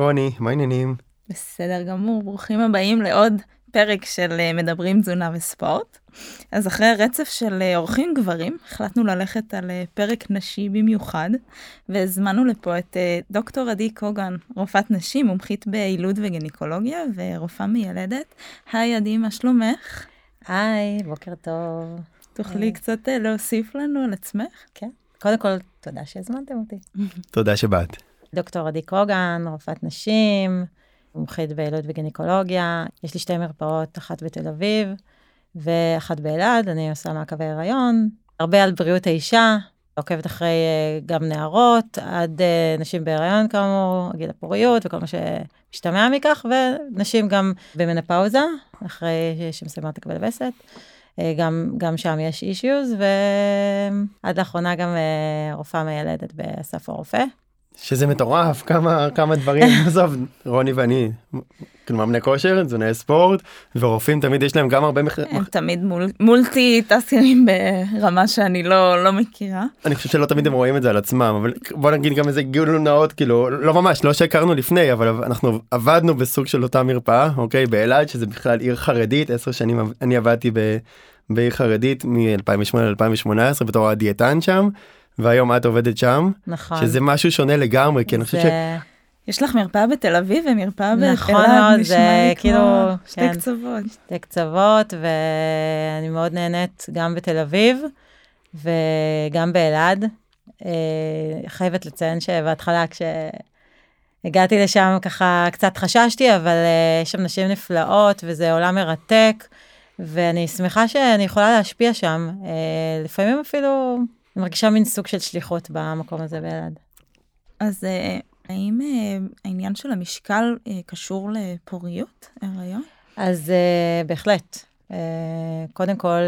רוני, מה העניינים? בסדר גמור, ברוכים הבאים לעוד פרק של מדברים תזונה וספורט. אז אחרי רצף של אורחים גברים, החלטנו ללכת על פרק נשי במיוחד, והזמנו לפה את דוקטור עדי קוגן, רופאת נשים, מומחית ביילוד וגניקולוגיה, ורופאה מיילדת. היי עדי, מה שלומך? היי, בוקר טוב. תוכלי קצת להוסיף לנו על עצמך? כן. קודם כל, תודה שהזמנתם אותי. תודה שבאת. דוקטור עדי קוגן, רופאת נשים, מומחית ביילוד וגניקולוגיה. יש לי 2 מרפאות, אחת בתל אביב ואחת באלעד. אני עושה מעקבי הריון, הרבה על בריאות האישה, עוקבת אחרי גם נערות, עד נשים בהיריון כאמור, גיל הפוריות וכל מה שמשתמע מכך, ונשים גם במנופאוזה, אחרי שמסיימת לקבל וסת. גם שם יש אישיוז, ועד לאחרונה גם רופאה מיילדת באסף הרופא. שזה מטורף, כמה דברים, בסוף, רוני ואני, מאמני כושר, תזונאי ספורט, ורופאים תמיד יש להם גם הרבה הם תמיד מולטי טסקרים ברמה שאני לא מכירה. אני חושב שלא תמיד הם רואים את זה על עצמם, אבל בוא נגיד גם איזה גילוי נאות, כאילו, לא ממש, לא שהכרנו לפני, אבל אנחנו עבדנו בסוג של אותה מרפאה, אוקיי, באלעד, שזה בכלל עיר חרדית, 10 שנים אני עבדתי בעיר חרדית מ-2008 ל-2018, בתור הדיאטן שם, והיום את עובדת שם, נכון. שזה משהו שונה לגמרי, כי אני חושב יש לך מרפאה בתל אביב ומרפאה באלעד, נכון מאוד, זה כאילו שתי קצוות. שתי קצוות, ואני מאוד נהנית גם בתל אביב, וגם באלעד. חייבת לציין שבהתחלה כשהגעתי לשם ככה קצת חששתי, אבל יש שם נשים נפלאות, וזה עולם מרתק, ואני שמחה שאני יכולה להשפיע שם. לפעמים אפילו אני מרגישה מין סוג של שליחות במקום הזה באלעד. אז האם העניין של המשקל קשור לפוריות, הריון? אז בהחלט. קודם כל,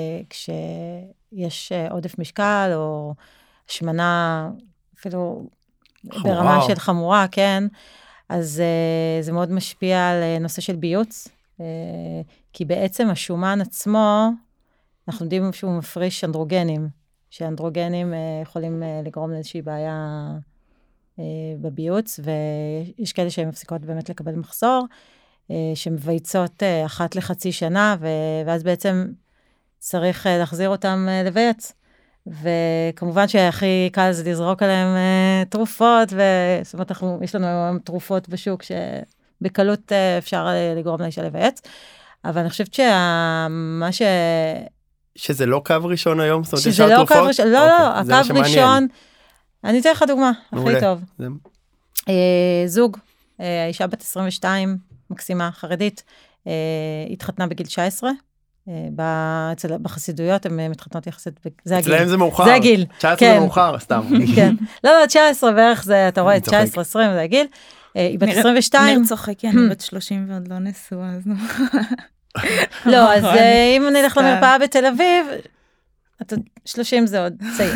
כשיש עודף משקל או השמנה, אפילו ברמה של חמורה, כן, אז זה מאוד משפיע על נושא של ביוץ, כי בעצם השומן עצמו, אנחנו יודעים שהוא מפריש אנדרוגנים, שאנדרוגנים יכולים לגרום לאיזושהי בעיה בביוץ, ויש כאלה שהן מפסיקות באמת לקבל מחסור, שמבייצות אחת לחצי שנה, ואז בעצם צריך להחזיר אותם לבייץ. וכמובן שהכי קל זה לזרוק עליהם תרופות, זאת אומרת, יש לנו תרופות בשוק שבקלות אפשר לגרום לאישה לבייץ, אבל אני חושבת שזה לא קו ראשון היום? שזה לא קו ראשון, לא, הקו ראשון, אני אתן לך דוגמה, הכי טוב. זוג, האישה בת 22, מקסימה, חרדית, התחתנה בגיל 19, בחסידויות הן מתחתנות יחסית, זה הגיל. אצלהם זה מאוחר. זה הגיל. 19 זה מאוחר, סתם. כן. לא, 19 בערך זה, אתה רואה, 19, 20 זה הגיל. היא בת 22. ניר צוחק, אני בת 30 ועוד לא נשואה, אז לא, אז אם אני אלך למרפאה בתל אביב, 30 זה עוד צעיר.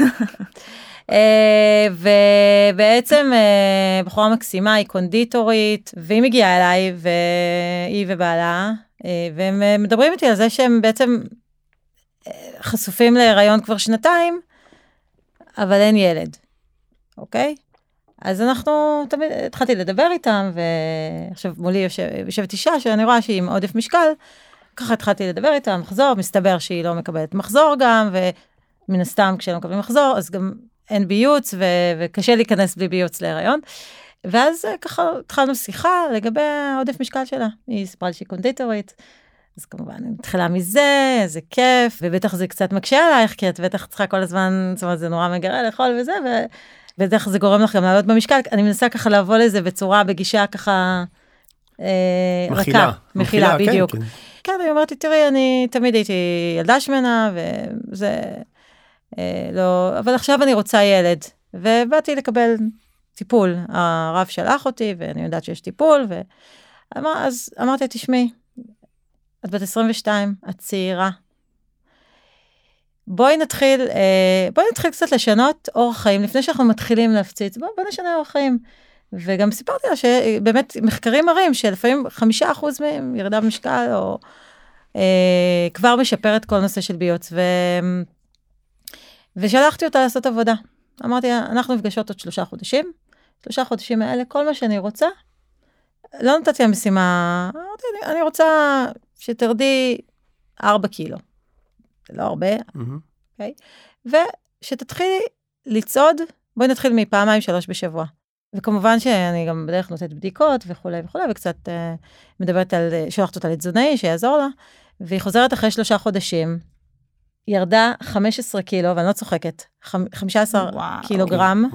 ובעצם בחורה מקסימה, היא קונדיטורית, והיא מגיעה אליי, והיא ובעלה, והם מדברים איתי על זה שהם בעצם חשופים להיריון כבר 2, אבל אין ילד. אוקיי? אז אנחנו תמיד התחלתי לדבר איתם, ועכשיו מולי יושבת אישה שאני רואה שהיא עם עודף משקל, ככה התחלתי לדבר איתם, מחזור, מסתבר שהיא לא מקבלת מחזור גם, ומן הסתם כשלא מקבלים מחזור, אז גם אין ביוץ, וקשה להיכנס בלי ביוץ להיריון. ואז ככה התחלנו שיחה לגבי העודף משקל שלה. היא סיפרה לי שהיא קונדיטורית, אז כמובן אני מתחילה מזה, זה כיף, ובטח זה קצת מקשה עלייך, כי את בטח צריכה כל הזמן, זאת אומרת, זה נורא מגרה לאכול וזה, ובטח זה גורם לך גם לעלות במשקל. אני מנסה ככה לבוא לזה בצורה, בגישה ככה רכה. מכילה, בדיוק. כן, אני אומרת, תראי, אני תמיד הייתי ילדה שמנה, וזה לא, אבל עכשיו אני רוצה ילד, ובאתי לקבל טיפול. הרב שלח אותי, ואני יודעת שיש טיפול, אז אמרתי, תשמעי, את בת 22, את צעירה. בואי נתחיל קצת לשנות אורח חיים, לפני שאנחנו מתחילים להפציץ, בואי נשנה אורח חיים. וגם סיפרתי לה שבאמת מחקרים מראים שלפעמים 5% מהם ירדה במשקל, או כבר משפרת כל נושא של ביוץ, ושלחתי אותה לעשות עבודה. אמרתי, אנחנו נפגשות עוד 3 חודשים, 3 חודשים האלה, כל מה שאני רוצה, לא נתתי לה משימה, אני רוצה שתרדי 4 קילו. זה לא הרבה, אוקיי? ושתתחילי לצעוד, בואי נתחיל מפעמיים 3 בשבוע. וכמובן שאני גם בדרך נותנת בדיקות וכו' וכו', וקצת מדברת על, שולחת אותה לתזונאי שיעזור לה, והיא חוזרת אחרי 3 חודשים, ירדה 15 קילו, ואני לא צוחקת, 15 קילוגרם,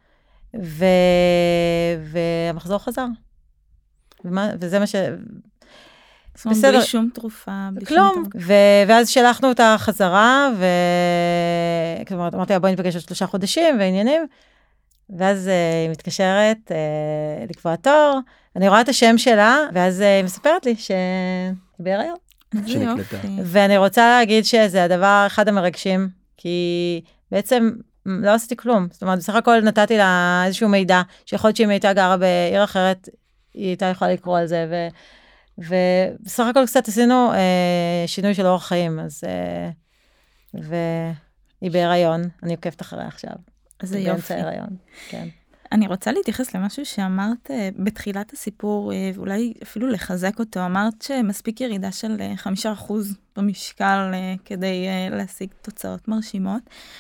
והמחזור חזר. וזה מה ש... בסדר. בלי שום תרופה. כלום. ואז שלחנו אותה חזרה, כלומר, אמרתי לה, בואי נפגש עוד 3 חודשים ועניינים, ואז היא מתקשרת לקבוע תור, אני רואה את השם שלה, ואז היא מספרת לי שהיא בהיריון. ואני רוצה להגיד שזה הדבר אחד המרגשים, כי בעצם לא עשיתי כלום. זאת אומרת, בסך הכל נתתי לה איזשהו מידע, שיכול להיות שאם היא הייתה גרה בעיר אחרת, היא הייתה יכולה לקרוא על זה, ובסך הכל קצת עשינו שינוי של אורח חיים, אז, והיא בהיריון, אני עוקבת אחריה עכשיו. זה יופי. כן. אני רוצה להתייחס למשהו שאמרת בתחילת הסיפור, ואולי אפילו לחזק אותו. אמרת שמספיק ירידה של 5% במשקל כדי להשיג תוצאות מרשימות,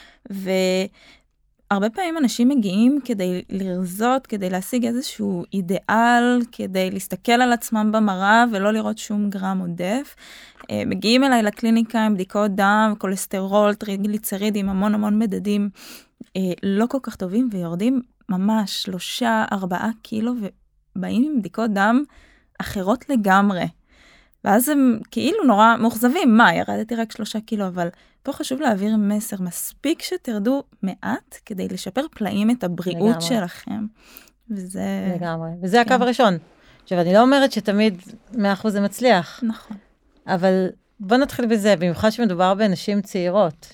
והרבה פעמים אנשים מגיעים כדי לרזות, כדי להשיג איזשהו אידיאל, כדי להסתכל על עצמם במראה ולא לראות שום גרם עודף. מגיעים אליי לקליניקה עם בדיקות דם, קולסטרול, טריגליצרידים, המון מדדים לא כל כך טובים, ויורדים ממש 3-4 קילו, ובאים עם בדיקות דם אחרות לגמרי. ואז הם כאילו נורא מוחזבים, מה, ירדתי רק 3 קילו, אבל פה חשוב להעביר מסר, מספיק שתרדו מעט, כדי לשפר פלאים את הבריאות לגמרי. שלכם. וזה... לגמרי. וזה הקו הראשון. עכשיו, אני לא אומרת שתמיד 100% זה מצליח. נכון. אבל בוא נתחיל בזה, במיוחד שמדובר בנשים צעירות,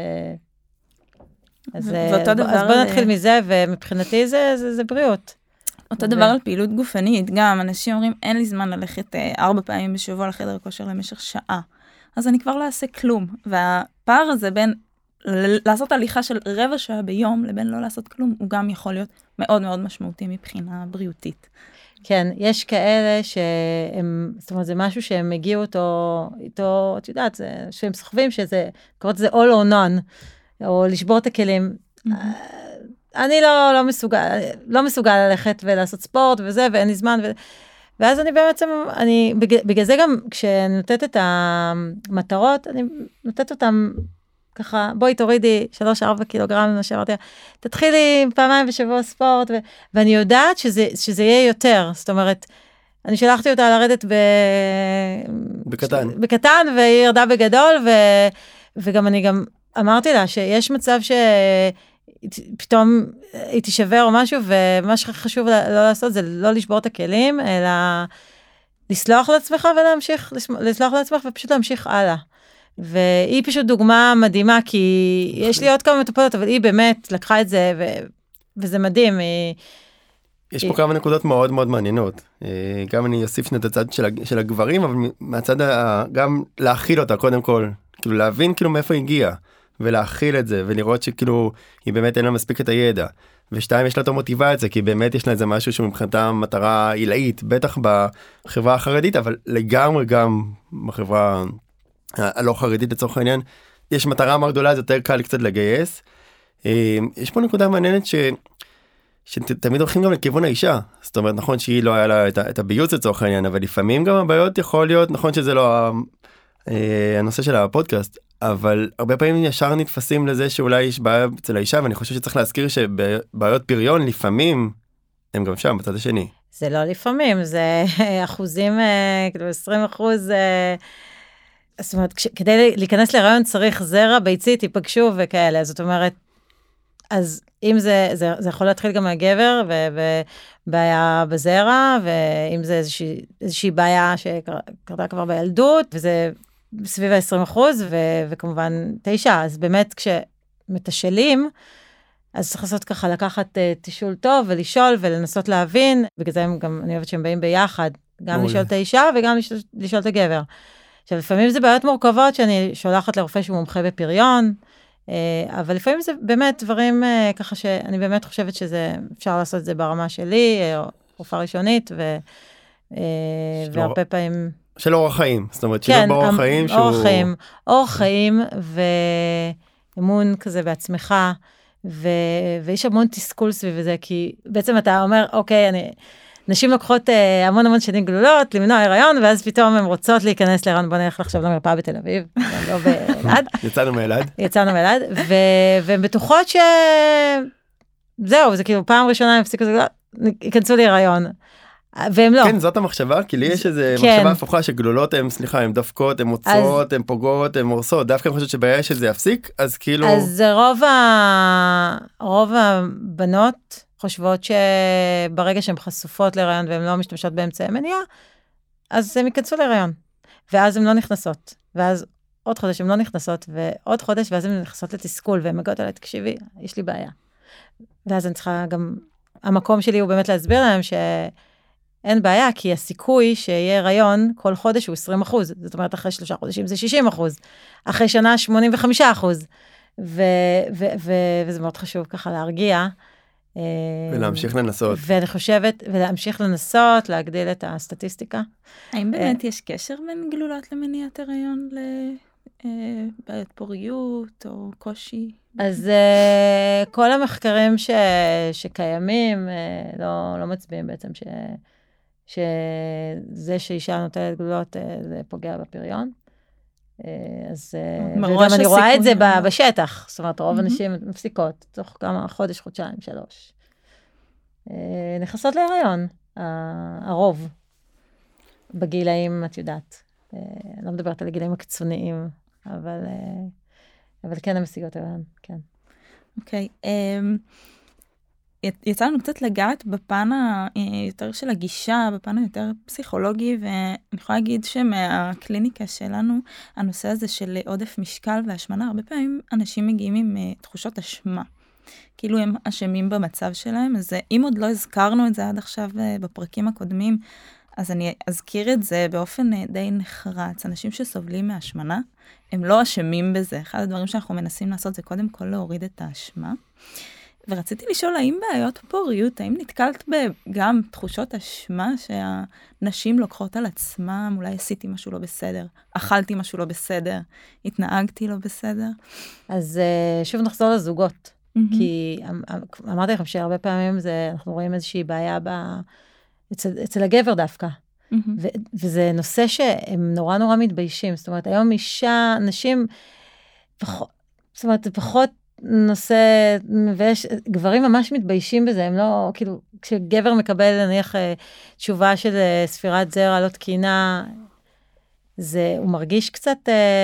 אז בוא נתחיל מזה, ומבחינתי זה בריאות. אותו דבר על פעילות גופנית, גם אנשים אומרים, אין לי זמן ללכת 4 פעמים בשבוע לחדר כושר למשך שעה, אז אני כבר לא אעשה כלום, והפער הזה בין לעשות הליכה של 15 שעה ביום, לבין לא לעשות כלום, הוא גם יכול להיות מאוד מאוד משמעותי מבחינה בריאותית. כן, יש כאלה שהם, זאת אומרת, זה משהו שהם הגיעו איתו, את יודעת, שהם סוחבים, שזה, קוראים לזה all or none, או לשבור את הכלים. אני לא מסוגל ללכת ולעשות ספורט וזה, ואין לי זמן, ואז אני בעצם, בגלל זה גם כשאני נותנת את המטרות, אני נותנת אותם ככה, בואי תורידי 3-4 קילוגרם, תתחילי פעמיים בשבוע ספורט, ואני יודעת שזה יהיה יותר, זאת אומרת, אני שלחתי אותה לרדת בקטן, והיא ירדה בגדול, וגם אני גם אמרתי לה שיש מצב שפתאום היא תישבר או משהו, ומה שחשוב לא לעשות זה לא לשבור את הכלים, אלא לסלוח לעצמך ולהמשיך, לסלוח לעצמך ופשוט להמשיך הלאה. והיא פשוט דוגמה מדהימה, כי יש לי עוד כמה מטופלות, אבל היא באמת לקחה את זה, וזה מדהים. יש פה כמה נקודות מאוד מאוד מעניינות. גם אני אוסיף שני את הצד של הגברים, אבל מהצד גם להכיל אותה קודם כל, כאילו להבין כאילו מאיפה היא הגיעה, ולהכיל את זה, ולראות שכאילו היא באמת אין לה מספיק את הידע. ושתיים, יש לה אותו מוטיבציה, כי באמת יש לה איזה משהו שמבחינתה מטרה עילאית, בטח בחברה החרדית, אבל לגמרי גם בחברה הלא חרדית לצורך העניין, יש מטרה מאוד גדולה, זה יותר קל קצת לגייס. יש פה נקודה מעניינת שתמיד הולכים גם לכיוון האישה, זאת אומרת, נכון שהיא לא היה לה את הביוץ לצורך העניין, אבל לפעמים גם הבעיות יכול להיות, נכון שזה לא הנושא של הפודקאסט, אבל הרבה פעמים ישר נתפסים לזה שאולי יש בעיה אצל האישה, ואני חושב שצריך להזכיר שבעיות פריון לפעמים הם גם שם, בצד השני. זה לא לפעמים, זה אחוזים, כאילו 20%, זאת אומרת, כדי להיכנס להיריון צריך זרע, ביצית, ייפגשו וכאלה, זאת אומרת, אז אם זה יכול להתחיל גם מהגבר, ובעיה בזרע, ואם זה איזושהי בעיה שקרתה כבר בילדות, וזה סביב ה-20%, וכמובן 9, אז באמת כשמתשלים, אז צריך לעשות ככה, לקחת תישול טוב, ולשאול, ולנסות להבין, בגלל זה גם, אני אוהבת שהם באים ביחד, גם לשאול את האישה, וגם לשאול את הגבר. עכשיו, לפעמים זה בעיות מורכבות, שאני שולחת לרופא שהוא מומחה בפריון, אבל לפעמים זה באמת דברים ככה שאני באמת חושבת שזה, אפשר לעשות את זה ברמה שלי, רופאה ראשונית, והרבה פעמים... של אורח חיים, זאת אומרת, שלא באורח חיים שהוא... אורח חיים ואמון כזה בעצמך, ויש המון תסכול סביב זה, כי בעצם אתה אומר, אוקיי, נשים לוקחות המון שנים גלולות, למנוע הריון, ואז פתאום הן רוצות להיכנס להיריון, בוא נלך לחשוב למרפאה בתל אביב, לא באלעד. יצאנו מאלעד, והן בטוחות זהו, זה כאילו פעם ראשונה הם הפסיקו, ייכנסו להיריון. והם לא. כן, זאת המחשבה, כי לי יש איזה מחשבה הפוכה שגלולות הן, סליחה, הן דופקות, הן מוצאות, הן פוגעות, הן הורסות, דווקא אני חושבת שבעיה שזה יפסיק, אז כאילו... אז רוב הבנות חושבות שברגע שהן חשופות להיריון והן לא משתמשות באמצעי מניעה, אז הן ייכנסו להיריון, ואז הן לא נכנסות, ואז עוד חודש הן לא נכנסות, ועוד חודש, ואז הן נכנסות לתסכול, והן מגיעות אליי, תקשיבי, יש לי בעיה. ואז אני צריכה גם, המקום שלי הוא באמת להסביר להם אין בעיה, כי הסיכוי שיהיה הריון כל חודש הוא 20%. זאת אומרת, אחרי 3 חודשים זה 60%. אחרי שנה 85%. וזה מאוד חשוב ככה להרגיע. ולהמשיך לנסות. ואני חושבת, ולהמשיך לנסות, להגדיל את הסטטיסטיקה. האם באמת יש קשר בין גלולות למניעת הריון לבעיות פוריות או קושי? אז כל המחקרים שקיימים לא מצביעים בעצם שזה שאישה נוטלת גלולות זה פוגע בפריון. אז וגם אני רואה את זה בשטח, זאת אומרת רוב הנשים מפסיקות תוך כמה חודש, חודשיים, 3. נכנסות להיריון, הרוב בגילאים, את יודעת, לא מדברת על הגילאים הקיצוניים, אבל כן המשיגות ההיריון, כן. אוקיי, יצא לנו קצת לגעת בפן היותר של הגישה, בפן היותר פסיכולוגי, ואני יכולה להגיד שמהקליניקה שלנו, הנושא הזה של עודף משקל והשמנה, הרבה פעמים אנשים מגיעים עם תחושות אשמה. כאילו הם אשמים במצב שלהם, אז אם עוד לא הזכרנו את זה עד עכשיו בפרקים הקודמים, אז אני אזכיר את זה באופן די נחרץ. אנשים שסובלים מהשמנה, הם לא אשמים בזה. אחד הדברים שאנחנו מנסים לעשות זה קודם כל להוריד את האשמה. ורציתי לשאול, האם בעיות פוריות, האם נתקלת גם תחושות אשמה שהנשים לוקחות על עצמם, אולי עשיתי משהו לא בסדר, אכלתי משהו לא בסדר, התנהגתי לא בסדר? אז שוב נחזור לזוגות, כי אמרתי לכם שהרבה פעמים אנחנו רואים איזושהי בעיה אצל הגבר דווקא, וזה נושא שהם נורא מתביישים, זאת אומרת, היום נשים, זאת אומרת, זה פחות נושא, ויש, גברים ממש מתביישים בזה, הם לא, כאילו, כשגבר מקבל, נניח, תשובה של ספירת זרע לא תקינה, הוא מרגיש קצת...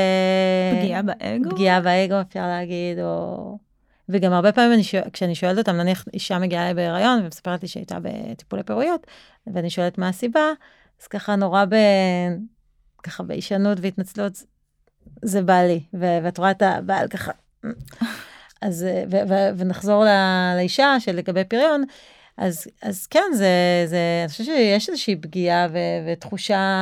פגיעה באגו, אפשר להגיד, וגם הרבה פעמים כשאני שואלת אותם, נניח אישה מגיעה אליי בהיריון, ומספרת לי שהייתה בטיפולי פוריות, ואני שואלת מה הסיבה, אז ככה נורא ככה בהישנות והתנצלות, זה בעלי, ואת רואה את הבעל ככה... אז, ונחזור לאישה של לגבי פריון, אז כן, אני חושבת שיש איזושהי פגיעה ותחושה,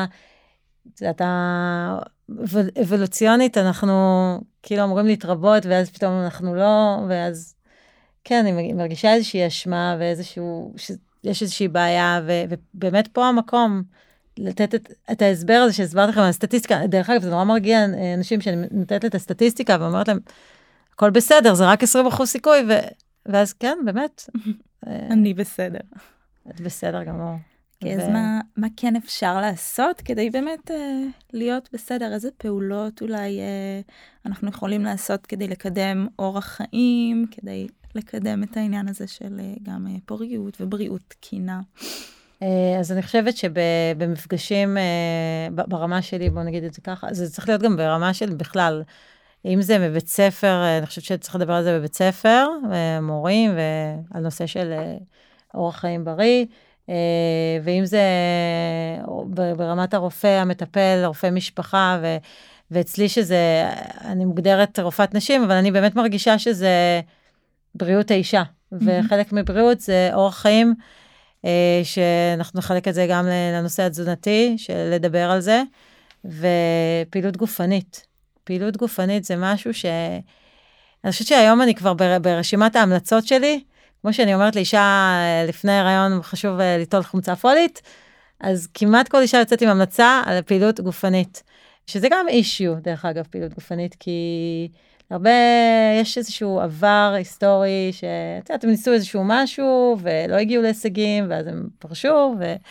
אבולוציונית, אנחנו כאילו אמורים להתרבות, ואז פתאום אנחנו לא, ואז כן, אני מרגישה איזושהי אשמה, יש איזושהי בעיה, ובאמת פה המקום, לתת את ההסבר הזה שהסברתי לכם על הסטטיסטיקה, דרך אגב, זה נורא מרגיע אנשים שאני נותנת את הסטטיסטיקה, ואומרת להם, הכל בסדר, זה רק 20% סיכוי, ואז כן, באמת. אני בסדר. את בסדר גמור. אז מה כן אפשר לעשות כדי באמת להיות בסדר? איזה פעולות אולי אנחנו יכולים לעשות כדי לקדם אורח חיים, כדי לקדם את העניין הזה של גם פוריות ובריאות תקינה? אז אני חושבת שבמפגשים, ברמה שלי, בואו נגיד את זה ככה, זה צריך להיות גם ברמה של בכלל, אם זה מבית ספר, אני חושבת שצריך לדבר על זה בבית ספר, מורים, ועל נושא של אורח חיים בריא, ואם זה ברמת הרופא, המטפל, רופא משפחה, ואצלי שזה, אני מוגדרת רופאת נשים, אבל אני באמת מרגישה שזה בריאות האישה, וחלק מבריאות זה אורח חיים, שאנחנו נחלק את זה גם לנושא התזונתי, של לדבר על זה, ופעילות גופנית. פעילות גופנית זה משהו אני חושבת שהיום אני כבר ברשימת ההמלצות שלי, כמו שאני אומרת לאישה לפני הריון חשוב ליטול חומצה פולית, אז כמעט כל אישה יוצאת עם המלצה על פעילות גופנית, שזה גם אישיו, דרך אגב, פעילות גופנית, כי הרבה, יש איזשהו עבר היסטורי, שאתם ניסו איזשהו משהו, ולא הגיעו להישגים, ואז הם פרשו,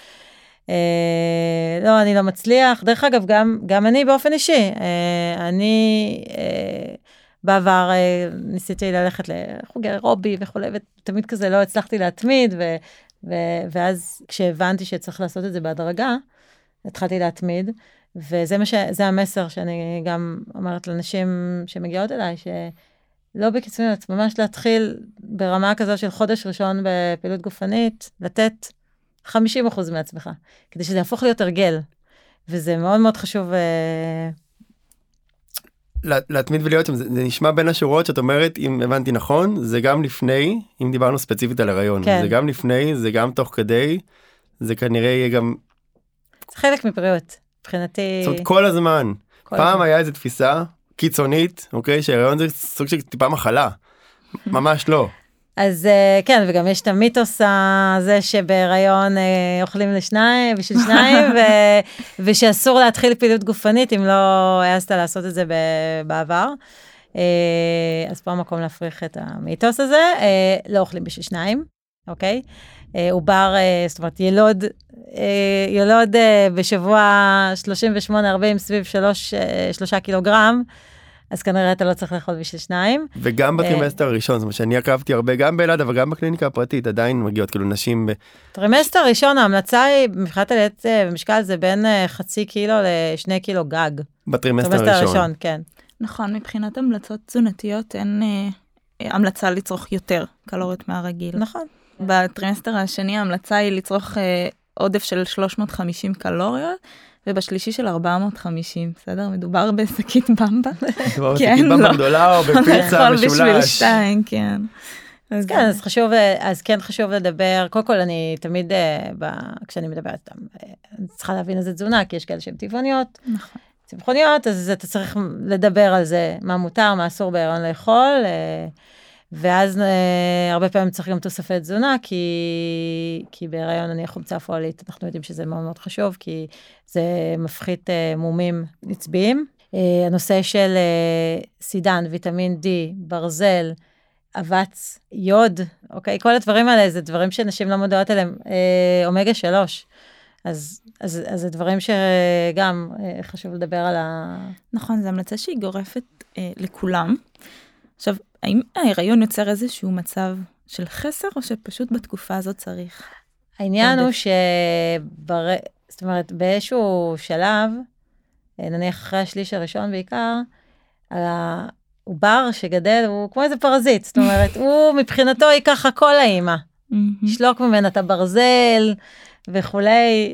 לא, אני לא מצליח. דרך אגב, גם אני באופן אישי, אני בעבר ניסיתי ללכת לחוגי אירובי וכו', ותמיד כזה לא הצלחתי להתמיד, ואז כשהבנתי שצריך לעשות את זה בהדרגה, התחלתי להתמיד, וזה המסר שאני גם אומרת לאנשים שמגיעות אליי, שלא בקיצוניות, ממש להתחיל ברמה כזו של חודש ראשון בפעילות גופנית, לתת 50% מעצמך, כדי שזה יהפוך להיות הרגל, וזה מאוד מאוד חשוב. להתמיד ולהיות שם, זה נשמע בין השורות שאת אומרת, אם הבנתי נכון, זה גם לפני, אם דיברנו ספציפית על הריון, כן. זה גם לפני, זה גם תוך כדי, זה כנראה יהיה גם... זה חלק מבריאות, מבחינתי... זאת אומרת, כל הזמן. פעם היה איזו תפיסה קיצונית, אוקיי, שהריון זה סוג של טיפה מחלה. ממש לא. אז כן, וגם יש את המיתוס הזה שבהיריון אוכלים בשביל שניים, ושאסור להתחיל פעילות גופנית אם לא העזת לעשות את זה בעבר. אז פה המקום להפריך את המיתוס הזה, לא אוכלים בשביל שניים, אוקיי? עובר, זאת אומרת, ילוד בשבוע 38-40 סביב 3 קילוגרם, אז כנראה אתה לא צריך לאכול בשביל שניים. וגם בטרימסטר הראשון, זאת אומרת שאני עקבתי הרבה גם באלעד, אבל גם בקליניקה הפרטית, עדיין מגיעות כאילו נשים... טרימסטר הראשון, ההמלצה היא, מבחינת עליית במשקל, זה בין 0.5 קילו ל2 קילו גג. בטרימסטר הראשון. כן. נכון, מבחינת המלצות תזונתיות אין המלצה לצרוך יותר קלוריות מהרגיל. נכון. בטרימסטר השני ההמלצה היא לצרוך עודף של 350 קלוריות, ובשלישי של 450, בסדר? מדובר בשקית במבה. מדובר בשקית במבה גדולה או בפיצה משולש. בשביל 2, כן. אז כן, אז כן חשוב לדבר, קודם כל אני תמיד, כשאני מדברת, אני צריכה להבין איזה תזונה, כי יש כאלה שהן טבעוניות, צמחוניות, אז אתה צריך לדבר על זה, מה מותר, מה אסור בהיריון לאכול, ואז הרבה פעמים צריך גם תוספי תזונה, כי בהיריון אני חומצה פועלית, אנחנו יודעים שזה מאוד מאוד חשוב, כי זה מפחית מומים נצביים. הנושא של סידן, ויטמין D, ברזל, אבץ, יוד, אוקיי? כל הדברים האלה, זה דברים שנשים לא מודעות אליהם, אומגה 3. אז זה דברים שגם חשוב לדבר על נכון, זו המלצה שהיא גורפת לכולם. עכשיו, האם ההיריון יוצר איזשהו מצב של חסר, או שפשוט בתקופה הזאת צריך? העניין הוא זאת אומרת, באיזשהו שלב, נניח אחרי השליש הראשון בעיקר, העובר שגדל הוא כמו איזה פרזיט, זאת אומרת, הוא מבחינתו ייקח הכל לאמא. ישלוק ממנה את הברזל וכולי,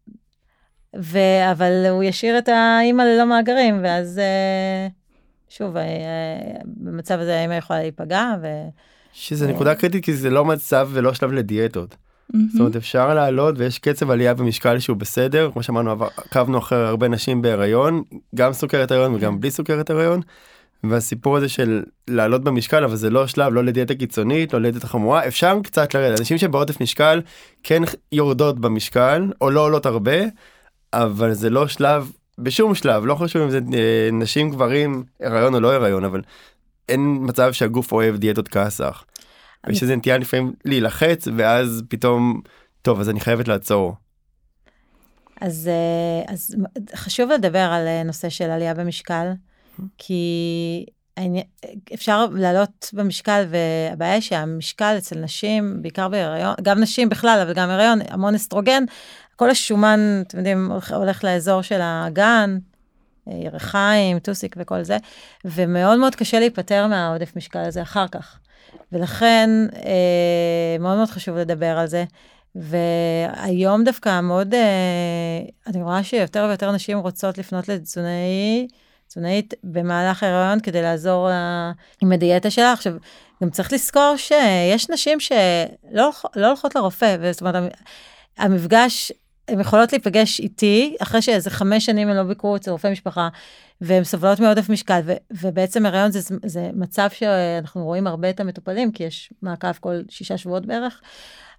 אבל הוא ישאיר את האמא ללא מאגרים, ואז שוב, במצב הזה האמא יכולה להיפגע. שזה נקודה קריטית, כי זה לא מצב ולא שלב לדיאטות. זאת אומרת, אפשר לעלות ויש קצב עלייה במשקל שהוא בסדר, כמו שאמרנו, עקבנו אחרי הרבה נשים בהיריון, גם סוכרת הריון וגם בלי סוכרת הריון, והסיפור הזה של לעלות במשקל, אבל זה לא שלב, לא לדיאטה קיצונית, לא לדיאטה חמורה, אפשר קצת לרדת. אנשים שבעודף משקל כן יורדות במשקל, או לא עולות הרבה, אבל זה לא שלב, בשום שלב, לא חשוב אם זה נשים, גברים, הריון או לא הריון, אבל אין מצב שהגוף אוהב דיאטות כסח. ושזה נטייה לפעמים להילחץ, ואז פתאום, טוב, אז אני חייבת לעצור. אז חשוב לדבר על נושא של עלייה במשקל, כי אפשר לעלות במשקל, והבעיה היא שהמשקל אצל נשים, בעיקר בהיריון, גם נשים בכלל, אבל גם בהיריון, המון אסטרוגן, כל השומן, אתם יודעים, הולך לאזור של הגן, ירחיים, טוסיק וכל זה, ומאוד מאוד קשה להיפטר מהעודף משקל הזה אחר כך. ולכן מאוד מאוד חשוב לדבר על זה, והיום דווקא מאוד, אני רואה שיותר ויותר נשים רוצות לפנות לתזונאית במהלך ההיריון, כדי לעזור עם הדיאטה שלה. עכשיו, גם צריך לזכור שיש נשים שלא הולכות לרופא, זאת אומרת, המפגש, הן יכולות להיפגש איתי, אחרי שאיזה 5 שנים הן לא ביקרו אצל רופא משפחה, והן סובלות מעודף משקל, ובעצם הריון זה מצב שאנחנו רואים הרבה את המטופלים, כי יש מעקב כל 6 שבועות בערך,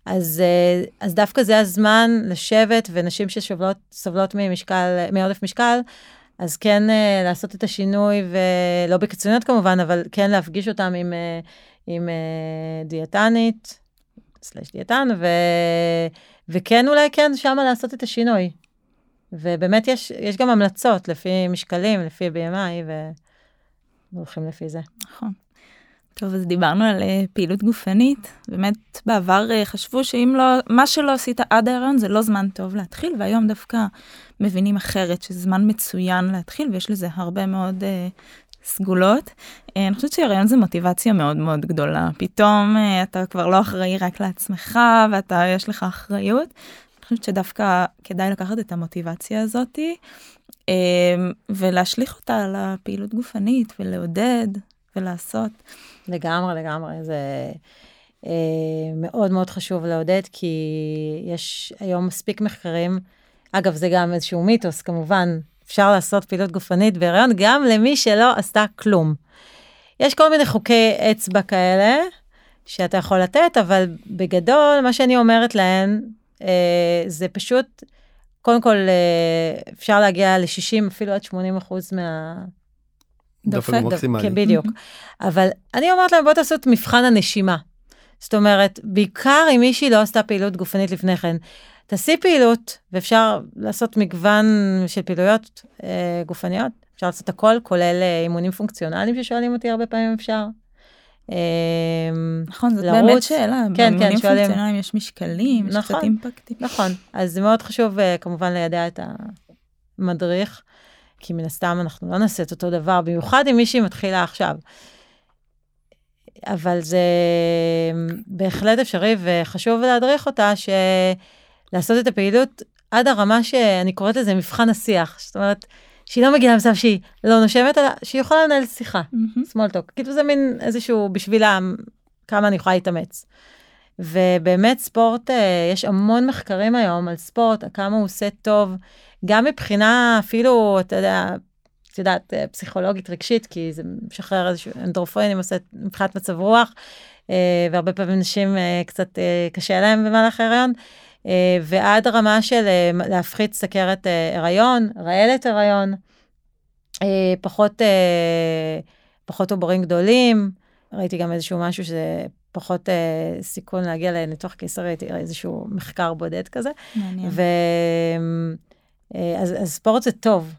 אז דווקא זה הזמן לשבת, ונשים שסובלות מעודף משקל, אז כן לעשות את השינוי, ולא בקיצוניות כמובן, אבל כן להפגיש אותם עם דיאטנית, דיאטן, וכן אולי כן שמה לעשות את השינוי. ובאמת יש גם המלצות לפי משקלים, לפי BMI, והולכים לפי זה. נכון. טוב, אז דיברנו על פעילות גופנית. באמת בעבר חשבו שאם לא, מה שלא עשית עד ההיריון זה לא זמן טוב להתחיל, והיום דווקא מבינים אחרת שזה זמן מצוין להתחיל, ויש לזה הרבה מאוד סגולות. אני חושבת שההיריון זה מוטיבציה מאוד מאוד גדולה. פתאום אתה כבר לא אחראי רק לעצמך, יש לך אחריות. אני חושבת שדווקא כדאי לקחת את המוטיבציה הזאת, ולהשליך אותה על הפעילות גופנית, ולעודד, ולעשות. לגמרי, זה מאוד מאוד חשוב לעודד, כי יש היום מספיק מחקרים, אגב, זה גם איזשהו מיתוס, כמובן, אפשר לעשות פעילות גופנית בהיריון, גם למי שלא עשתה כלום. יש כל מיני חוקי אצבע כאלה, שאתה יכול לתת, אבל בגדול, מה שאני אומרת להן, זה פשוט, קודם כל, אפשר להגיע ל-60, אפילו עד 80% דופק מקסימלי. בדיוק. אבל אני אומרת להם, בוא תעשו את מבחן הנשימה. זאת אומרת, בעיקר אם מישהי לא עשתה פעילות גופנית לפני כן, תעשי פעילות, ואפשר לעשות מגוון של פעילויות גופניות, אפשר לעשות הכל, כולל אימונים פונקציונליים ששואלים אותי הרבה פעמים אפשר. נכון, זאת באמת שאלה. כן, באימונים פונקציונליים יש משקלים, יש קצת אימפקטים. נכון, אז זה מאוד חשוב כמובן לידע את המדריך, כי מן הסתם אנחנו לא נעשה את אותו דבר, במיוחד אם מישהי מתחילה עכשיו. אבל זה בהחלט אפשרי, וחשוב להדריך אותה, לעשות את הפעילות עד הרמה שאני קוראת לזה מבחן השיח. זאת אומרת, שהיא לא מגיעה למצב שהיא לא נושמת, אלא שהיא יכולה לנהל שיחה, small talk. כאילו זה מין איזשהו בשבילה כמה אני יכולה להתאמץ. ובאמת ספורט, יש המון מחקרים היום על ספורט, כמה הוא עושה טוב, גם מבחינה אפילו, את יודעת, פסיכולוגית רגשית, כי זה משחרר איזשהו אנדורפינים, עושה מבחינת מצב רוח, והרבה פעמים נשים קצת קשה להם במהלך ההיריון, ועד הרמה של להפחית סכרת הריון, רעלת הריון, פחות עוברים גדולים, ראיתי גם איזשהו משהו שזה פחות סיכון להגיע לניתוח קיסרי, ראיתי איזשהו מחקר בודד כזה, מעניין. אז ספורט זה טוב,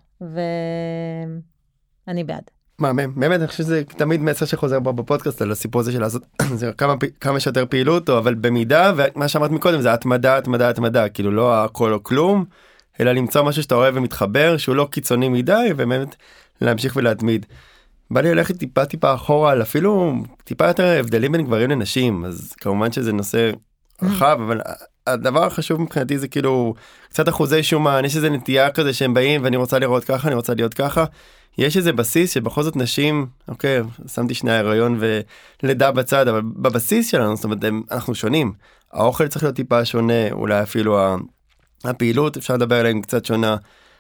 ואני בעד. באמת, אני חושב שזה תמיד מסר שחוזר בפודקאסט על הסיפור הזה של לעשות כמה שיותר פעילות, אבל במידה, ומה שאמרת מקודם זה התמדה, כאילו לא הכל או כלום, אלא למצוא משהו שאתה אוהב ומתחבר, שהוא לא קיצוני מדי, ובאמת להמשיך ולהתמיד. בא לי ללכת טיפה אחורה, על אפילו טיפה יותר הבדלים בין גברים לנשים, אז כמובן שזה נושא רחב, אבל הדבר החשוב מבחינתי זה כאילו קצת אחוזי שומן, יש איזה נטייה כזה שהם באים ואני רוצה לראות ככה, אני רוצה להיות ככה, יש איזה בסיס שבכל זאת נשים, אוקיי, שמתי שני ההיריון ולידה בצד, אבל בבסיס שלנו, זאת אומרת, אנחנו שונים, האוכל צריך להיות טיפה שונה, אולי אפילו הפעילות, אפשר לדבר עליהם קצת שונה,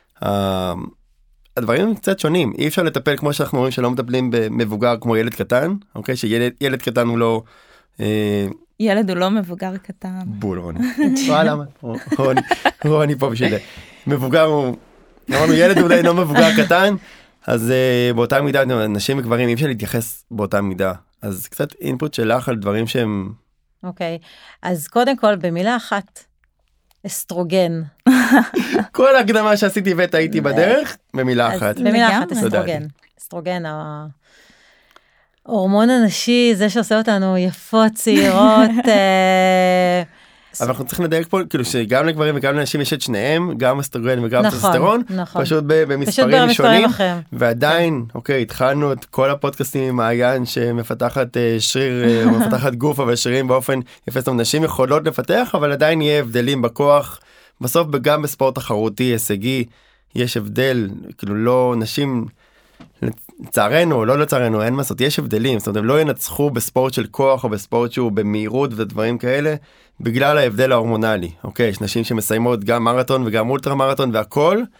הדברים הם קצת שונים, אי אפשר לטפל כמו שאנחנו רואים שלא מטפלים במבוגר כמו ילד קטן, אוקיי, שילד קטן הוא לא... ילד הוא לא מבוגר קטן. בול רוני. למה? רוני פה בשביל זה. מבוגר הוא... אמרנו ילד הוא לא מבוגר קטן, אז באותה מידה, נשים וגברים אי אפשר להתייחס באותה מידה. אז קצת אינפוט שלך על דברים שהם... אוקיי, אז קודם כל במילה אחת, אסטרוגן. כל ההקדמה שעשיתי והייתי בדרך, במילה אחת. במילה אחת, אסטרוגן. אסטרוגן, ההורמון הנשי, זה שעושה אותנו יפות, צעירות. אבל אנחנו צריכים לדייק פה, כאילו שגם לגברים וגם לנשים יש את שניהם, גם אסטרוגן וגם טסטוסטרון, פשוט במספרים שונים, ועדיין, אוקיי, התחלנו את כל הפודקאסטים עם מעיין שמפתחת שריר, מפתחת גוף, אבל שרירים באופן יפה, זאת אומרת, נשים יכולות לפתח, אבל עדיין יהיה הבדלים בכוח, בסוף גם בספורט תחרותי, הישגי, יש הבדל, כאילו לא נשים... לצערנו או לא לצערנו, אין מה לעשות, יש הבדלים, זאת אומרת, הם לא ינצחו בספורט של כוח או בספורט שהוא במהירות ודברים כאלה, בגלל ההבדל ההורמונלי, אוקיי, יש נשים שמסיימות גם מרתון וגם אולטרה מרתון והכל,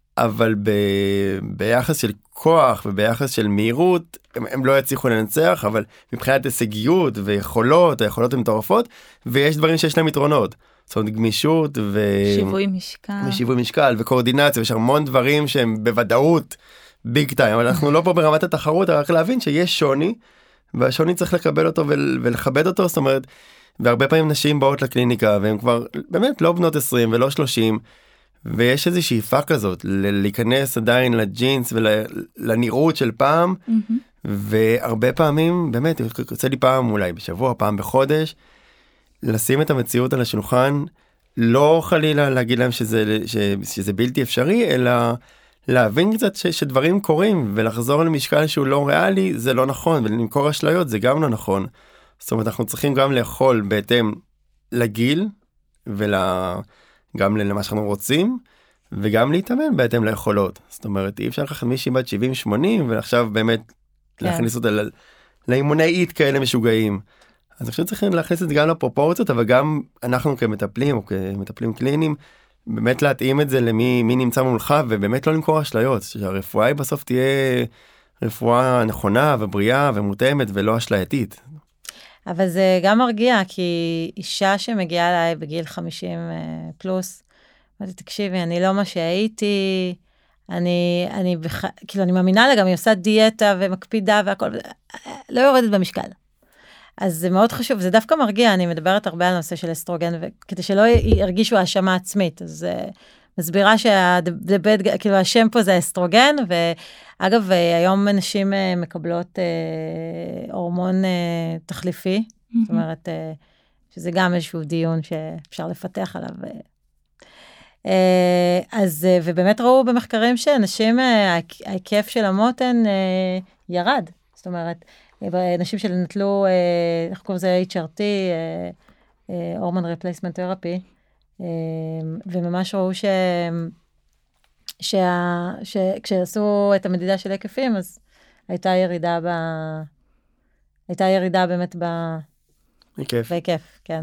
אבל ביחס של כוח וביחס של מהירות, הם לא יצליחו לנצח, אבל מבחינת הישגיות ויכולות, היכולות הן מטורפות, ויש דברים שיש להם יתרונות. זאת אומרת, גמישות שיווי משקל וקואורדינציה, יש המון דברים שהם בוודאות ביג טיים, אבל אנחנו לא פה ברמת התחרות, רק להבין שיש שוני, והשוני צריך לקבל אותו ולכבד אותו, זאת אומרת, והרבה פעמים נשים באות לקליניקה, והן כבר באמת לא בנות 20 ולא 30, ויש איזו שאיפה כזאת, להיכנס עדיין לג'ינס ולנראות של פעם, והרבה פעמים, באמת, יוצא לי פעם אולי בשבוע, פעם בחודש, לשים את המציאות על השולחן, לא חלילה להגיד להם שזה בלתי אפשרי, אלא להבין קצת שדברים קורים, ולחזור למשקל שהוא לא ריאלי, זה לא נכון, ולמכור אשליות זה גם לא נכון. זאת אומרת, אנחנו צריכים גם לאכול בהתאם לגיל, גם למה שאנחנו רוצים, וגם להתאמן בהתאם ליכולות. זאת אומרת, אי אפשר לקחת מישהי בת 70-80, ועכשיו באמת להכניס אותה לאימוני אית כאלה משוגעים. אז אני חושב שצריכים להכניס את זה גם לפרופורציות, אבל גם אנחנו כמטפלים או כמטפלים קליניים, באמת להתאים את זה למי נמצא מולך, ובאמת לא למכור אשליות, שהרפואה היא בסוף תהיה רפואה נכונה ובריאה ומותאמת ולא אשלייתית. אבל זה גם מרגיע, כי אישה שמגיעה אליי בגיל 50 פלוס, אמרתי, תקשיבי, אני לא מה שהייתי, אני מאמינה לה, גם היא עושה דיאטה ומקפידה והכל, לא יורדת במשקל. אז זה מאוד חשוב, זה דווקא מרגיע, אני מדברת הרבה על נושא של אסטרוגן, כדי שלא ירגישו האשמה עצמית, אז מסבירה כאילו השם פה זה אסטרוגן, ואגב, היום נשים מקבלות הורמון תחליפי, זאת אומרת, שזה גם איזשהו דיון שאפשר לפתח עליו. אז, ובאמת ראו במחקרים שאנשים, ההיקף של המותן ירד, זאת אומרת, נשים שנטלו, איך קוראים לזה HRT, הורמון ריפלייסמנט תרפי, וממש ראו כשעשו את המדידה של היקפים, אז הייתה ירידה באמת בהיקף, כן.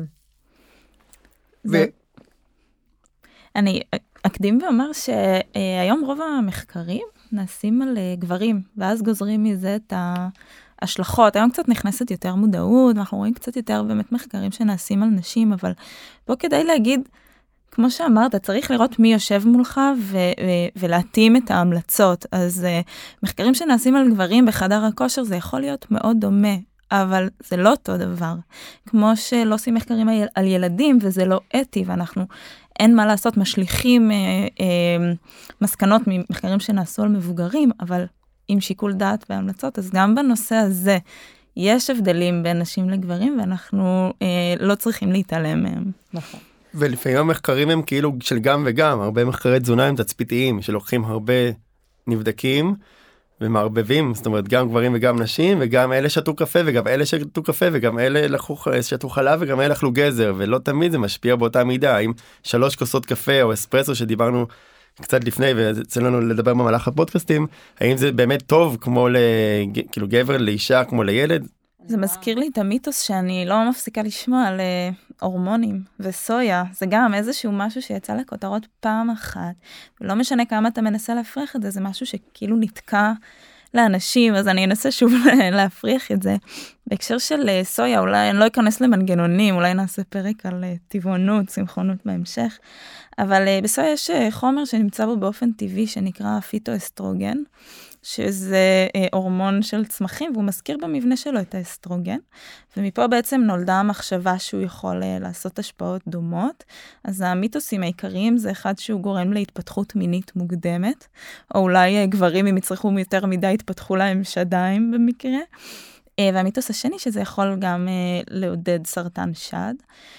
אני אקדים ואומר שהיום רוב המחקרים נעשים על גברים, ואז גוזרים מזה את ההשלכות. היום קצת נכנסת יותר מודעות, אנחנו רואים קצת יותר באמת מחקרים שנעשים על נשים, אבל פה כדאי להגיד, כמו שאמרת, צריך לראות מי יושב מולך ולהתאים את ההמלצות. אז מחקרים שנעשים על גברים בחדר הכושר, זה יכול להיות מאוד דומה, אבל זה לא אותו דבר. כמו שלא עושים מחקרים על ילדים, וזה לא אתי, ואנחנו אין מה לעשות, משליכים מסקנות ממחקרים שנעשו על מבוגרים, אבל עם שיקול דעת והמלצות, אז גם בנושא הזה יש הבדלים בין נשים לגברים, ואנחנו לא צריכים להתעלם מהם. נכון. ולפעמים המחקרים הם כאילו של גם וגם, הרבה מחקרי תזונה הם תצפיתיים, שלוקחים הרבה נבדקים ומערבבים, זאת אומרת גם גברים וגם נשים, וגם אלה שתו קפה וגם אלה שתו קפה, וגם אלה שתו חלב וגם אלה אכלו גזר, ולא תמיד זה משפיע באותה מידה, אם 3 כוסות קפה או אספרסו שדיברנו קצת לפני, ויצא לנו לדבר במהלך הפודקאסטים, האם זה באמת טוב כמו כאילו גבר לאישה כמו לילד? זה מזכיר לי את המיתוס שאני לא מפסיקה לשמוע על הורמונים וסויה, זה גם איזשהו משהו שיצא לכותרות פעם אחת, ולא משנה כמה אתה מנסה להפריך את זה, זה משהו שכאילו נתקע לאנשים, אז אני אנסה שוב להפריך את זה. בהקשר של סויה, אולי אני לא אכנס למנגנונים, אולי נעשה פרק על טבעונות, צמחונות בהמשך, אבל בסויה יש חומר שנמצא בו באופן טבעי, שנקרא פיטואסטרוגן, שזה הורמון של צמחים, והוא מזכיר במבנה שלו את האסטרוגן, ומפה בעצם נולדה המחשבה שהוא יכול לעשות השפעות דומות. אז המיתוסים העיקריים זה אחד שהוא גורם להתפתחות מינית מוקדמת, או אולי גברים אם יצריכו יותר מדי יתפתחו להם שדיים במקרה, והמיתוס השני שזה יכול גם לעודד סרטן שד,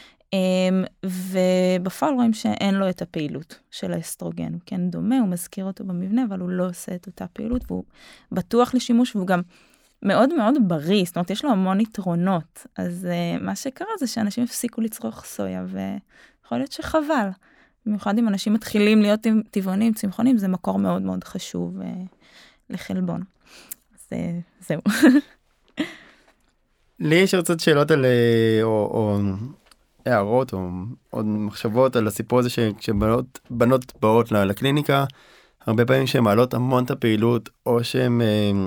ובפועל רואים שאין לו את הפעילות של האסטרוגן, הוא כן דומה, הוא מזכיר אותו במבנה, אבל הוא לא עושה את אותה פעילות, והוא בטוח לשימוש, והוא גם מאוד מאוד בריא, זאת אומרת, יש לו המון יתרונות, אז מה שקרה זה שאנשים הפסיקו לצרוך סויה, ויכול להיות שחבל, במיוחד אם אנשים מתחילים להיות טבעונים, צמחונים, זה מקור מאוד מאוד חשוב לחלבון. אז זהו. לי יש עוד שאלות על, או הערות או עוד מחשבות על הסיפור הזה שכשבנות באות לקליניקה, הרבה פעמים שהן מעלות המון את הפעילות, או שהן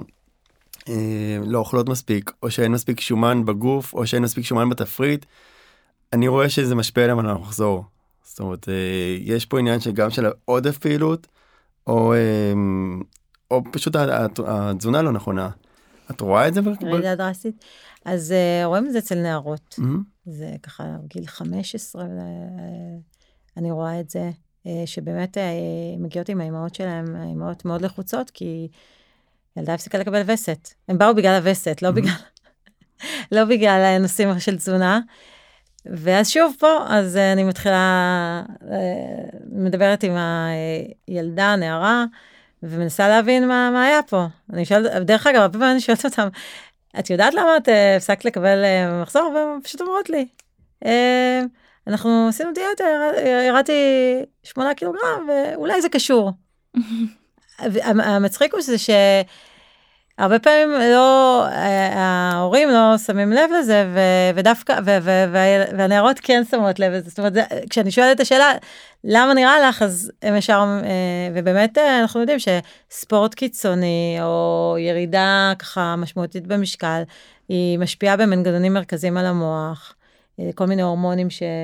לא אוכלות מספיק, או שאין מספיק שומן בגוף, או שאין מספיק שומן בתפריט, אני רואה שזה משפיע עליהם על המחזור. זאת אומרת, יש פה עניין שגם של עודף פעילות, או פשוט התזונה לא נכונה. את רואה את זה? ירידה דרסטית. אז רואים את זה אצל נערות. זה ככה גיל 15, אני רואה את זה, שבאמת מגיעות עם האימהות שלהם, האימהות מאוד לחוצות, כי ילדה הפסיקה לקבל וסת. הם באו בגלל הווסת, לא בגלל נושאים של תזונה. ואז שוב פה, אז אני מתחילה, מדברת עם הילדה, נערה, ומנסה להבין מה היה פה. אני שואלת, דרך אגב, הרבה פעמים אני שואלת אותם, את יודעת למה את הפסקת לקבל מחזור? והם פשוט אומרות לי, אנחנו עשינו דיאטה, ירדתי 8 קילוגרם, ואולי זה קשור. המצחיק הוא שהרבה פעמים ההורים לא שמים לב לזה, ודווקא, והנערות כן שמות לב לזה. זאת אומרת, כשאני שואלת את השאלה, למה נראה לך, אז הם ישר, ובאמת אנחנו יודעים שספורט קיצוני, או ירידה ככה משמעותית במשקל, היא משפיעה במנגנונים מרכזיים על המוח, כל מיני הורמונים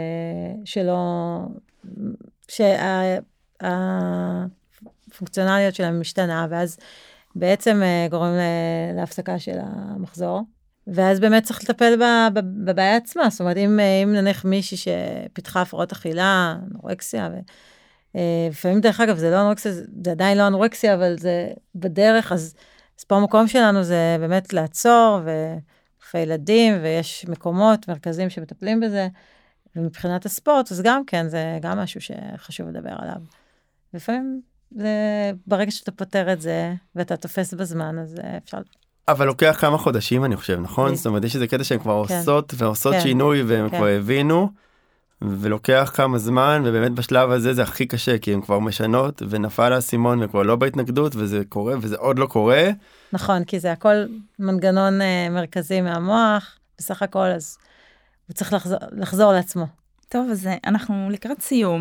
שהפונקציונליות שלהם משתנה, ואז בעצם גורם להפסקה של המחזור. ואז באמת צריך לטפל בבעיה עצמה. זאת אומרת, אם נניח מישהי שפיתחה הפרעות אכילה, אנורקסיה, לפעמים דרך אגב, זה לא אנורקסיה, זה עדיין לא אנורקסיה, אבל זה בדרך, אז פה המקום שלנו זה באמת לעצור, ורופאי ילדים, ויש מקומות, מרכזים שמטפלים בזה, ומבחינת הספורט, אז גם כן, זה גם משהו שחשוב לדבר עליו. לפעמים, ברגע שאתה פותר את זה, ואתה תופס בזמן, אז אפשר... אבל לוקח כמה חודשים, אני חושב, נכון? זאת אומרת, יש איזה קטע שהן כבר עושות שינוי, והן כבר הבינו, ולוקח כמה זמן, ובאמת בשלב הזה זה הכי קשה, כי הן כבר משנות, ונפל האסימון, וכבר לא בהתנגדות, וזה קורה, וזה עוד לא קורה. נכון, כי זה הכל מנגנון מרכזי מהמוח, בסך הכל, אז הוא צריך לחזור לעצמו. טוב, אז אנחנו לקראת סיום.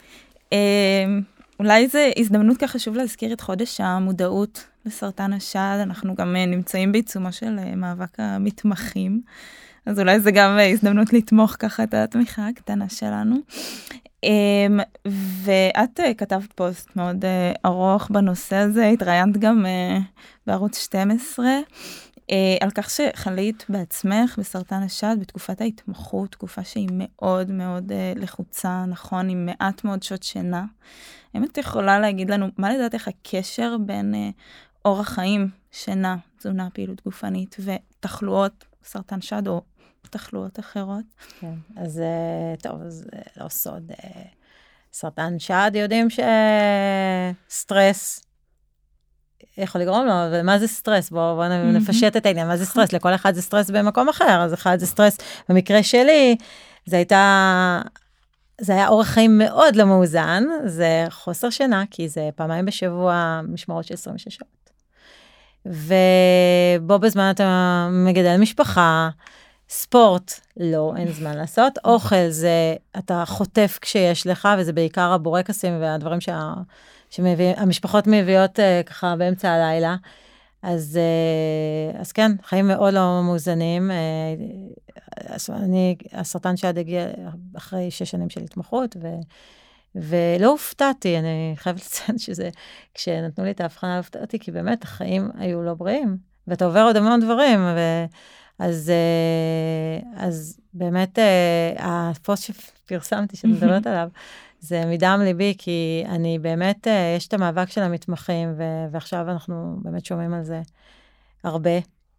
אולי זו הזדמנות ככה חשוב להזכיר את חודש המודעות לסרטן השד, אנחנו גם נמצאים בעיצומה של מאבק המתמחים, אז אולי זה גם הזדמנות לתמוך ככה את התמיכה הקטנה שלנו. ואת כתבת פוסט מאוד ארוך בנושא הזה, התראיינת גם בערוץ 12, על כך שחלית בעצמך בסרטן השד בתקופת ההתמחות, תקופה שהיא מאוד מאוד לחוצה, נכון, עם מעט מאוד שעות שינה. האם את יכולה להגיד לנו, מה לדעתך הקשר בין אורח חיים, שינה, תזונה, פעילות גופנית ותחלואות סרטן שד או תחלואות אחרות? כן, אז טוב, אז לא סוד. סרטן שד יודעים שסטרס יכול לגרום לו, ומה זה סטרס? בואו נפשט את העניין, מה זה סטרס? לכל אחד זה סטרס במקום אחר, אז אחד זה סטרס. במקרה שלי, זה היה אורח חיים מאוד לא מאוזן, זה חוסר שינה, כי זה פעמיים בשבוע משמרות של 26 שעות. ובו בזמן אתה מגדל משפחה, ספורט, לא, אין זמן לעשות. אוכל זה, אתה חוטף כשיש לך, וזה בעיקר הבורקסים והדברים שהמשפחות מביאות ככה באמצע הלילה. אז כן, חיים מאוד לא מאוזנים. הסרטן שד הגיע אחרי 6 שנים של התמחות, ולא הופתעתי, אני חייבת לציין שזה, כשנתנו לי את ההבחנה, לא הופתעתי, כי באמת החיים היו לא בריאים, ואתה עובר עוד המון דברים, אז באמת הפוסט שפרסמתי, שאני מדברת עליו, זה מדם ליבי, כי אני באמת, יש את המאבק של המתמחים, ועכשיו אנחנו באמת שומעים על זה הרבה.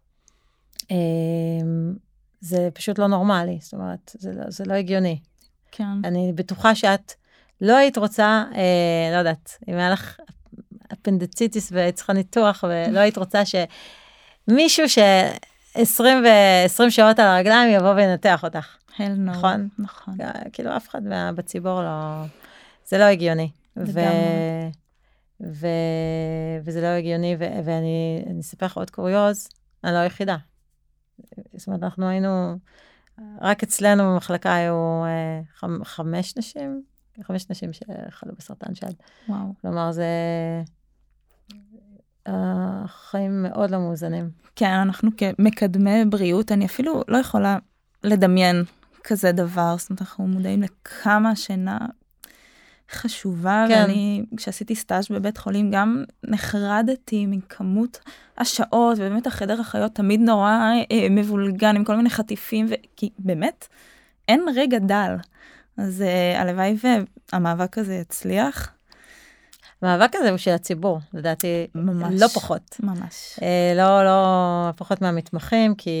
זה פשוט לא נורמלי, זאת אומרת, זה לא הגיוני. כן. אני בטוחה שאת לא היית רוצה, לא יודעת, אם היה לך אפנדציטיס וצריכה ניתוח, ולא היית רוצה שמישהו 20 שעות על הרגליים יבוא וינתח אותך. נכון? נכון. כאילו אף אחד בציבור לא, זה לא הגיוני. וזה לא הגיוני, ואני אספר לך עוד קוריוז, אני לא היחידה. זאת אומרת, אנחנו היינו, רק אצלנו במחלקה היו 5 נשים שחלו בסרטן שד. וואו. כלומר, החיים מאוד לא מאוזנים. כן, אנחנו כמקדמי בריאות, אני אפילו לא יכולה לדמיין כזה דבר, זאת אומרת, אנחנו מודעים לכמה שינה חשובה, כן. ואני, כשעשיתי סטאז' בבית חולים, גם נחרדתי מכמות השעות, ובאמת החדר החיות תמיד נורא מבולגן, עם כל מיני חטיפים, כי באמת אין רגע דל. אז הלוואי והמאבק הזה יצליח. המאבק הזה הוא של הציבור, לדעתי, ממש. לא פחות. ממש. לא פחות מהמתמחים, כי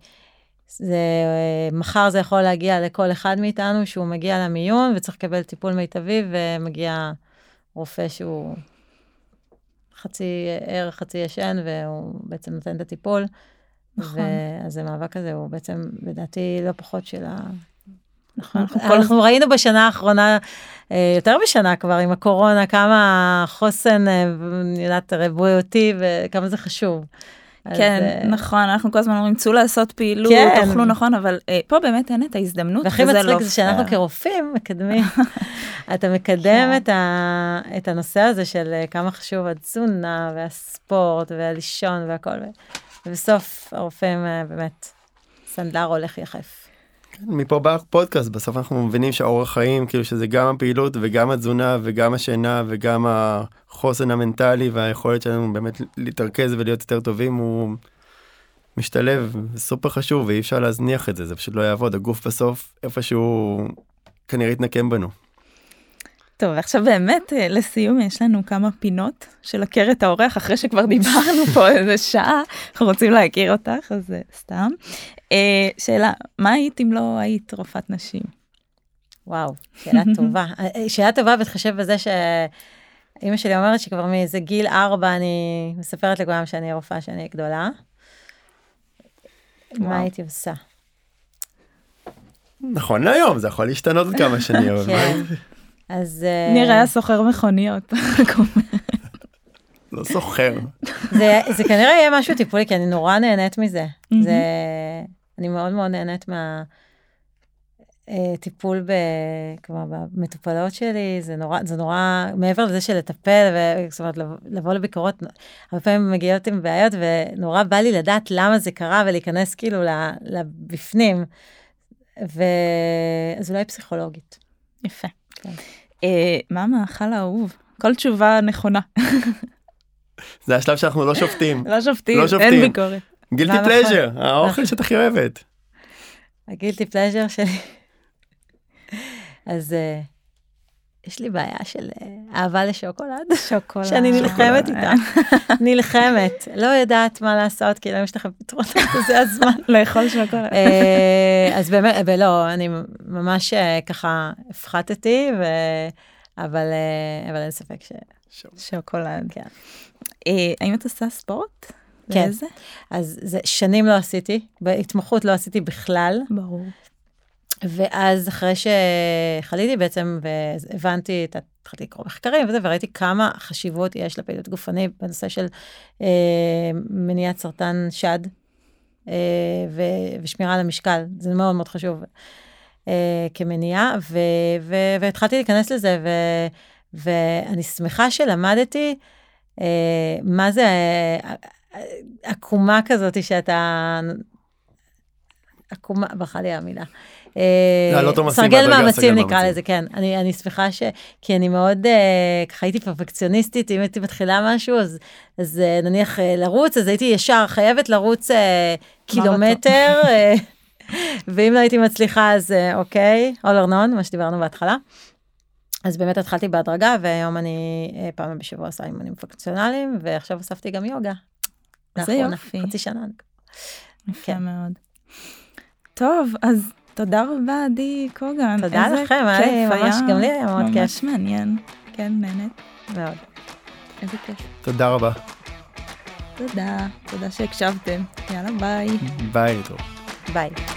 מחר זה יכול להגיע לכל אחד מאיתנו, שהוא מגיע למיון וצריך לקבל טיפול מיטבי, ומגיע רופא שהוא חצי ער, חצי ישן, והוא בעצם נותן את הטיפול. נכון. אז המאבק הזה הוא בעצם, לדעתי, לא פחות של נכון. אנחנו ראינו בשנה האחרונה, יותר בשנה כבר, עם הקורונה, כמה חוסן, יודעת, בריאותי, וכמה זה חשוב. כן, נכון, אנחנו כל הזמן אומרים, צאו לעשות פעילות, תאכלו נכון, אבל פה באמת אין את ההזדמנות, והכי מצחיק זה שאנחנו כרופאים מקדמים, אתה מקדם את הנושא הזה של כמה חשוב התזונה, והספורט, והלישון, והכל, ובסוף הרופאים באמת, סנדלר הולך יחף. מפה בא פודקאסט, בסוף אנחנו מבינים שהאורח חיים, כאילו שזה גם הפעילות וגם התזונה וגם השינה וגם החוסן המנטלי והיכולת שלנו באמת להתרכז ולהיות יותר טובים, הוא משתלב, סופר חשוב ואי אפשר להזניח את זה, זה פשוט לא יעבוד, הגוף בסוף איפשהו כנראה יתנקם בנו. טוב, עכשיו באמת לסיום יש לנו כמה פינות של הכר את האורח, אחרי שכבר דיברנו פה איזה שעה, אנחנו רוצים להכיר אותך, אז סתם. שאלה, מה היית אם לא היית רופאת נשים? וואו, שאלה טובה. שאלה טובה בהתחשב בזה שאמא שלי אומרת שכבר מאיזה גיל 4 אני מספרת לכולם שאני רופאה, שאני גדולה. מה הייתי עושה? נכון להיום, זה יכול להשתנות כמה שנים. כן. אז נראה סוחר מכוניות. לא סוחר. זה כנראה יהיה משהו טיפולי, כי אני נורא נהנית מזה. אני מאוד מאוד נהנית מהטיפול במטופלות שלי, זה נורא, מעבר לזה של לטפל, זאת אומרת, לבוא לביקורות, הרבה פעמים מגיעות עם בעיות, ונורא בא לי לדעת למה זה קרה, ולהיכנס כאילו לבפנים, אז אולי פסיכולוגית. יפה. מה המאכל האהוב? כל תשובה נכונה. זה השלב שאנחנו לא שופטים. לא שופטים, אין ביקורת. גילטי פלז'ר, האוכל שאת הכי אוהבת. הגילטי פלז'ר שלי. אז יש לי בעיה של אהבה לשוקולד. שוקולד. שאני נלחמת איתה. נלחמת. לא יודעת מה לעשות, כי לא יש לכם פתרונות, זה הזמן. לאכול שוקולד. אז באמת, לא, אני ממש ככה הפחתתי, אבל אין ספק שוקולד. כן. האם את עושה ספורט? כן. לאיזה? אז זה שנים לא עשיתי, בהתמחות לא עשיתי בכלל. ברור. ואז אחרי שחליתי בעצם, והבנתי, התחלתי לקרוא מחקרים וזה, וראיתי כמה חשיבות יש לפעילות גופנית בנושא של מניעת סרטן שד, ושמירה על המשקל, זה מאוד מאוד חשוב כמניעה, והתחלתי להיכנס לזה, ואני שמחה שלמדתי מה זה עקומה כזאת שאתה, עקומה, ברכה לי המילה. סרגל מאמצים נקרא לזה, כן. אני שמחה כי אני מאוד, ככה הייתי פרפקציוניסטית, אם הייתי מתחילה משהו, אז נניח לרוץ, אז הייתי ישר חייבת לרוץ קילומטר, ואם לא הייתי מצליחה, אז אוקיי, all or none, מה שדיברנו בהתחלה. אז באמת התחלתי בהדרגה, והיום אני פעם בשבוע עושה אימונים פונקציונליים, ועכשיו הוספתי גם יוגה. זה יופי. חצי שנה. יפה מאוד. טוב, אז תודה רבה, עדי קוגן. תודה לכם, ממש, גם לי היה מאוד כיף. ממש מעניין, כן, נהנית. מאוד. איזה כיף. תודה רבה. תודה שהקשבתם. יאללה, ביי. ביי, טוב. ביי.